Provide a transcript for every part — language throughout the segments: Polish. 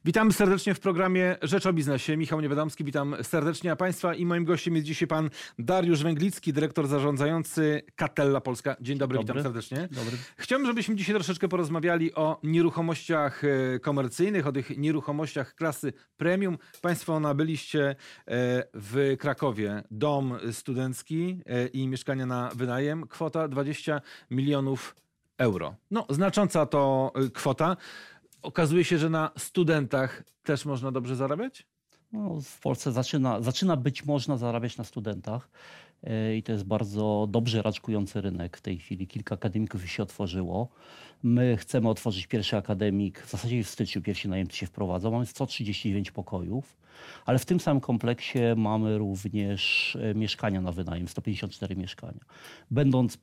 Witamy serdecznie w programie Rzecz o Biznesie. Michał Niewiadomski, witam serdecznie a Państwa i moim gościem jest dzisiaj pan Dariusz Węglicki, dyrektor zarządzający Catella Polska. Dzień dobry, witam serdecznie. Dobry. Chciałbym, żebyśmy dzisiaj troszeczkę porozmawiali o nieruchomościach komercyjnych, o tych nieruchomościach klasy premium. Państwo nabyliście w Krakowie dom studencki i mieszkania na wynajem. Kwota 20 milionów euro. No, znacząca to kwota. Okazuje się, że na studentach też można dobrze zarabiać? No, w Polsce zaczyna być można zarabiać na studentach i to jest bardzo dobrze raczkujący rynek w tej chwili. Kilka akademików już się otworzyło. My chcemy otworzyć pierwszy akademik, w zasadzie w styczniu pierwsi najemcy się wprowadzą. Mamy 139 pokojów, ale w tym samym kompleksie mamy również mieszkania na wynajem, 154 mieszkania. Będąc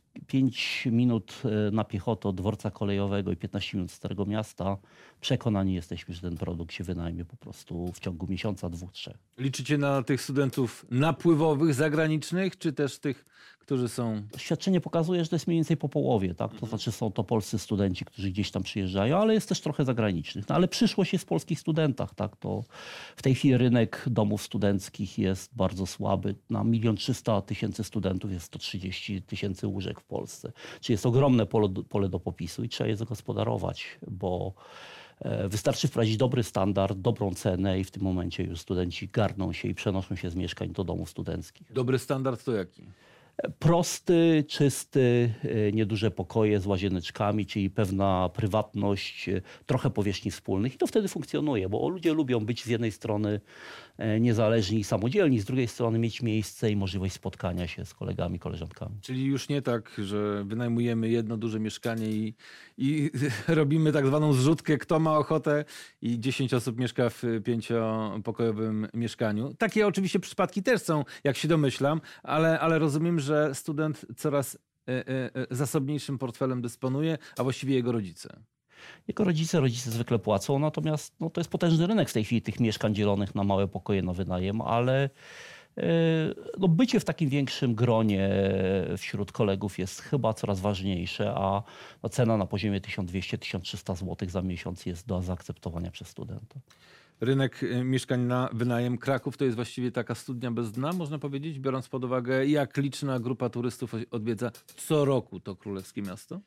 5 minut na piechotę od dworca kolejowego i 15 minut z Starego Miasta, przekonani jesteśmy, że ten produkt się wynajmie po prostu w ciągu miesiąca, 2-3. Liczycie na tych studentów napływowych, zagranicznych, czy też tych, którzy są... Doświadczenie pokazuje, że to jest mniej więcej po połowie, tak? To znaczy są to polscy studenci, którzy gdzieś tam przyjeżdżają, ale jest też trochę zagranicznych. No, ale przyszłość jest w polskich studentach, tak? To w tej chwili rynek domów studenckich jest bardzo słaby. Na 1 300 000 studentów jest 130 000 łóżek w Polsce. Czyli jest ogromne pole do popisu i trzeba je zagospodarować, bo wystarczy wprowadzić dobry standard, dobrą cenę i w tym momencie już studenci garną się i przenoszą się z mieszkań do domów studenckich. Dobry standard to jaki? Prosty, czysty, nieduże pokoje z łazieneczkami, czyli pewna prywatność, trochę powierzchni wspólnych i to wtedy funkcjonuje, bo ludzie lubią być z jednej strony niezależni i samodzielni, z drugiej strony mieć miejsce i możliwość spotkania się z kolegami, koleżankami. Czyli już nie tak, że wynajmujemy jedno duże mieszkanie i robimy tak zwaną zrzutkę, kto ma ochotę i 10 osób mieszka w 5-pokojowym mieszkaniu. Takie oczywiście przypadki też są, jak się domyślam, ale rozumiem, że student coraz zasobniejszym portfelem dysponuje, a właściwie jego rodzice. Jako rodzice zwykle płacą, natomiast no, to jest potężny rynek w tej chwili tych mieszkań dzielonych na małe pokoje na wynajem, ale no, bycie w takim większym gronie wśród kolegów jest chyba coraz ważniejsze, a no, cena na poziomie 1200-1300 zł za miesiąc jest do zaakceptowania przez studenta. Rynek mieszkań na wynajem Kraków to jest właściwie taka studnia bez dna, można powiedzieć, biorąc pod uwagę, jak liczna grupa turystów odwiedza co roku to królewskie miasto?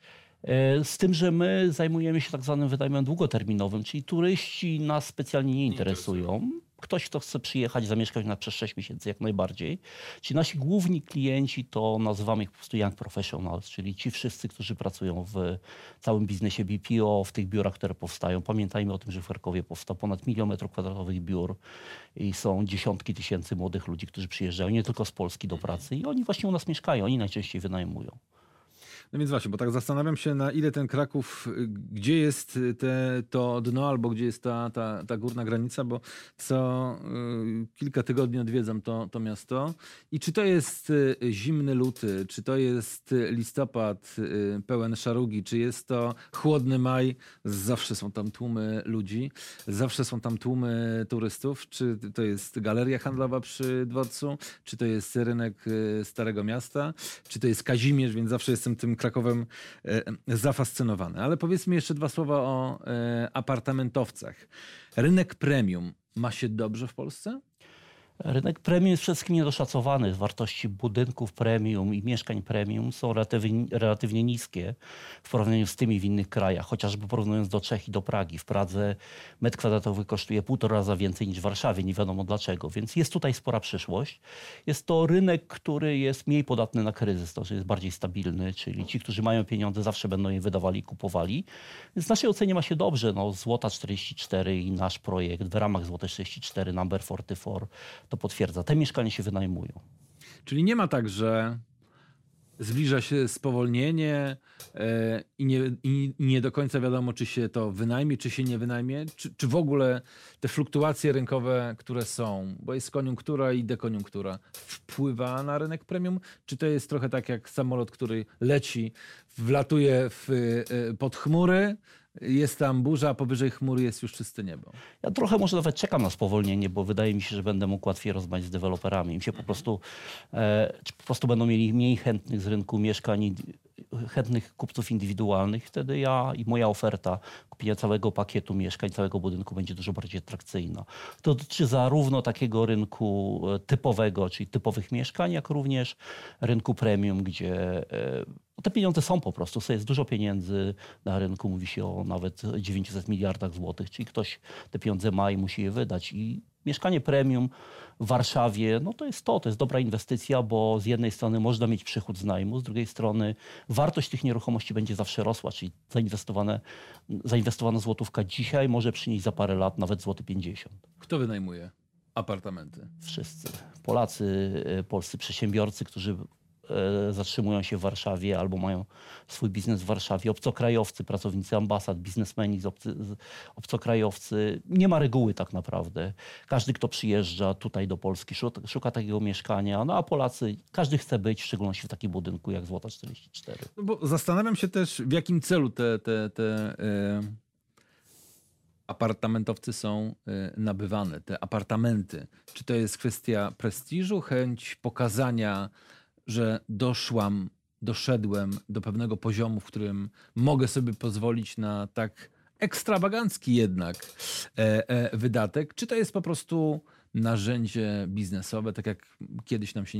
Z tym, że my zajmujemy się tak zwanym wynajmem długoterminowym, czyli turyści nas specjalnie nie interesują. Ktoś, kto chce przyjechać, zamieszkać na przez 6 miesięcy jak najbardziej. Czyli nasi główni klienci to nazywamy ich po prostu young professionals, czyli ci wszyscy, którzy pracują w całym biznesie BPO, w tych biurach, które powstają. Pamiętajmy o tym, że w Charkowie powstał ponad 1 000 000 m2 biur i są dziesiątki tysięcy młodych ludzi, którzy przyjeżdżają nie tylko z Polski do pracy i oni właśnie u nas mieszkają, oni najczęściej wynajmują. No więc właśnie, bo tak zastanawiam się, na ile ten Kraków, gdzie jest to dno albo gdzie jest ta górna granica, bo co kilka tygodni odwiedzam to miasto i czy to jest zimny luty, czy to jest listopad pełen szarugi, czy jest to chłodny maj, zawsze są tam tłumy ludzi, zawsze są tam tłumy turystów, czy to jest galeria handlowa przy dworcu, czy to jest rynek Starego Miasta, czy to jest Kazimierz, więc zawsze jestem tym Krakowem zafascynowany. Ale powiedzmy jeszcze 2 słowa o apartamentowcach. Rynek premium ma się dobrze w Polsce? Rynek premium jest przede wszystkim niedoszacowany. Wartości budynków premium i mieszkań premium są relatywnie niskie w porównaniu z tymi w innych krajach. Chociażby porównując do Czech i do Pragi. W Pradze metr kwadratowy kosztuje 1,5 raza więcej niż w Warszawie. Nie wiadomo dlaczego. Więc jest tutaj spora przyszłość. Jest to rynek, który jest mniej podatny na kryzys. To, że jest bardziej stabilny. Czyli ci, którzy mają pieniądze, zawsze będą je wydawali i kupowali. Więc w naszej ocenie ma się dobrze. No, Złota 44 i nasz projekt w ramach Złote 44, Number 44 to potwierdza. Te mieszkania się wynajmują. Czyli nie ma tak, że zbliża się spowolnienie i nie do końca wiadomo, czy się to wynajmie, czy się nie wynajmie, czy w ogóle te fluktuacje rynkowe, które są, bo jest koniunktura i dekoniunktura, wpływa na rynek premium, czy to jest trochę tak jak samolot, który leci, wlatuje pod chmury, jest tam burza, a powyżej chmury jest już czyste niebo. Ja trochę może nawet czekam na spowolnienie, bo wydaje mi się, że będę mógł łatwiej rozmawiać z deweloperami. Im się po prostu będą mieli mniej chętnych z rynku mieszkań, chętnych kupców indywidualnych. Wtedy ja i moja oferta kupienia całego pakietu mieszkań, całego budynku będzie dużo bardziej atrakcyjna. To dotyczy zarówno takiego rynku typowego, czyli typowych mieszkań, jak również rynku premium, gdzie te pieniądze są po prostu. Jest dużo pieniędzy na rynku. Mówi się o nawet 900 miliardach złotych, czyli ktoś te pieniądze ma i musi je wydać. I mieszkanie premium w Warszawie, no to jest dobra inwestycja, bo z jednej strony można mieć przychód z najmu, z drugiej strony wartość tych nieruchomości będzie zawsze rosła, czyli zainwestowana złotówka dzisiaj może przynieść za parę lat nawet złoty 50. Kto wynajmuje apartamenty? Wszyscy. Polacy, polscy przedsiębiorcy, którzy zatrzymują się w Warszawie albo mają swój biznes w Warszawie, obcokrajowcy, pracownicy ambasad, biznesmeni, obcokrajowcy. Nie ma reguły tak naprawdę. Każdy, kto przyjeżdża tutaj do Polski, szuka takiego mieszkania, no a Polacy, każdy chce być, w szczególności w takim budynku jak Złota 44. No bo zastanawiam się też, w jakim celu te apartamentowcy są nabywane, te apartamenty. Czy to jest kwestia prestiżu, chęć pokazania, że doszedłem do pewnego poziomu, w którym mogę sobie pozwolić na tak ekstrawagancki jednak wydatek, czy to jest po prostu narzędzie biznesowe, tak jak kiedyś nam się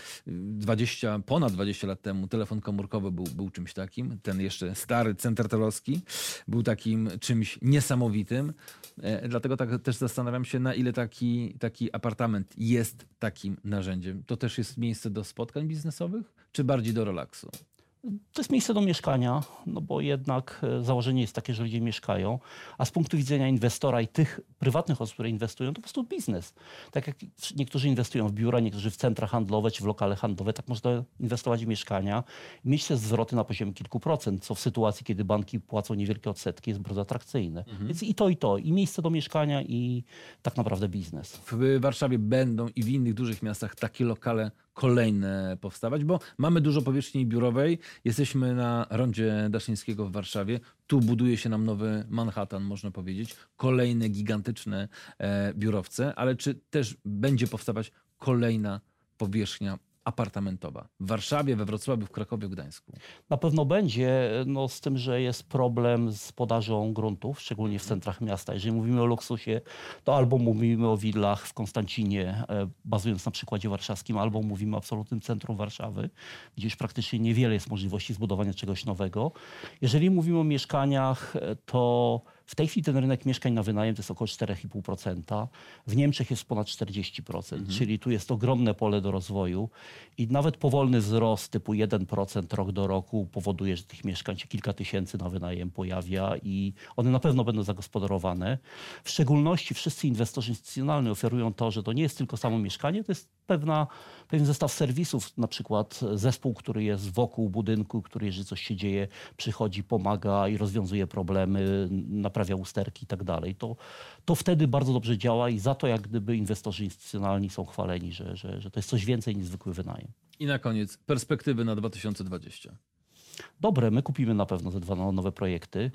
ponad 20 lat temu telefon komórkowy był czymś takim, ten jeszcze stary centertelowski był takim czymś niesamowitym. Dlatego tak też zastanawiam się, na ile taki apartament jest takim narzędziem. To też jest miejsce do spotkań biznesowych, czy bardziej do relaksu? To jest miejsce do mieszkania, no bo jednak założenie jest takie, że ludzie mieszkają, a z punktu widzenia inwestora i tych prywatnych osób, które inwestują, to po prostu biznes. Tak jak niektórzy inwestują w biura, niektórzy w centra handlowe czy w lokale handlowe, tak można inwestować w mieszkania i mieć te zwroty na poziomie kilku procent, co w sytuacji, kiedy banki płacą niewielkie odsetki, jest bardzo atrakcyjne. Więc i to, i miejsce do mieszkania, i tak naprawdę biznes. W Warszawie będą i w innych dużych miastach takie lokale kolejne powstawać, bo mamy dużo powierzchni biurowej. Jesteśmy na rondzie Daszyńskiego w Warszawie. Tu buduje się nam nowy Manhattan, można powiedzieć. Kolejne gigantyczne biurowce, ale czy też będzie powstawać kolejna powierzchnia apartamentowa w Warszawie, we Wrocławiu, w Krakowie, w Gdańsku? Na pewno będzie, no z tym, że jest problem z podażą gruntów, szczególnie w centrach miasta. Jeżeli mówimy o luksusie, to albo mówimy o willach w Konstancinie, bazując na przykładzie warszawskim, albo mówimy o absolutnym centrum Warszawy, gdzie już praktycznie niewiele jest możliwości zbudowania czegoś nowego. Jeżeli mówimy o mieszkaniach, to w tej chwili ten rynek mieszkań na wynajem to jest około 4,5%. W Niemczech jest ponad 40%, czyli tu jest ogromne pole do rozwoju i nawet powolny wzrost typu 1% rok do roku powoduje, że tych mieszkań się kilka tysięcy na wynajem pojawia i one na pewno będą zagospodarowane. W szczególności wszyscy inwestorzy instytucjonalni oferują to, że to nie jest tylko samo mieszkanie, to jest pewien zestaw serwisów, na przykład zespół, który jest wokół budynku, który jeżeli coś się dzieje, przychodzi, pomaga i rozwiązuje problemy, naprawia usterki i tak dalej. To wtedy bardzo dobrze działa i za to jak gdyby inwestorzy instytucjonalni są chwaleni, że to jest coś więcej niż zwykły wynajem. I na koniec perspektywy na 2020. Dobre, my kupimy na pewno te dwa nowe projekty.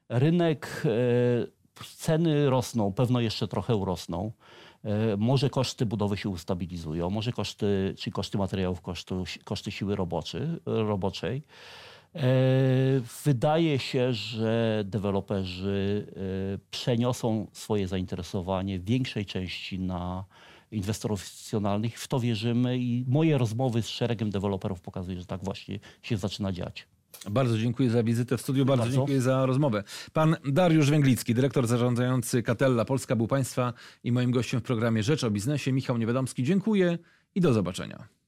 Rynek, ceny rosną, pewno jeszcze trochę urosną. Może koszty budowy się ustabilizują, może koszty materiałów, koszty siły roboczej. Wydaje się, że deweloperzy przeniosą swoje zainteresowanie w większej części na inwestorów instytucjonalnych. W to wierzymy i moje rozmowy z szeregiem deweloperów pokazują, że tak właśnie się zaczyna dziać. Bardzo dziękuję za wizytę w studiu, bardzo dziękuję za rozmowę. Pan Dariusz Węglicki, dyrektor zarządzający Catella Polska, był Państwa i moim gościem w programie Rzecz o Biznesie. Michał Niewiadomski, dziękuję i do zobaczenia.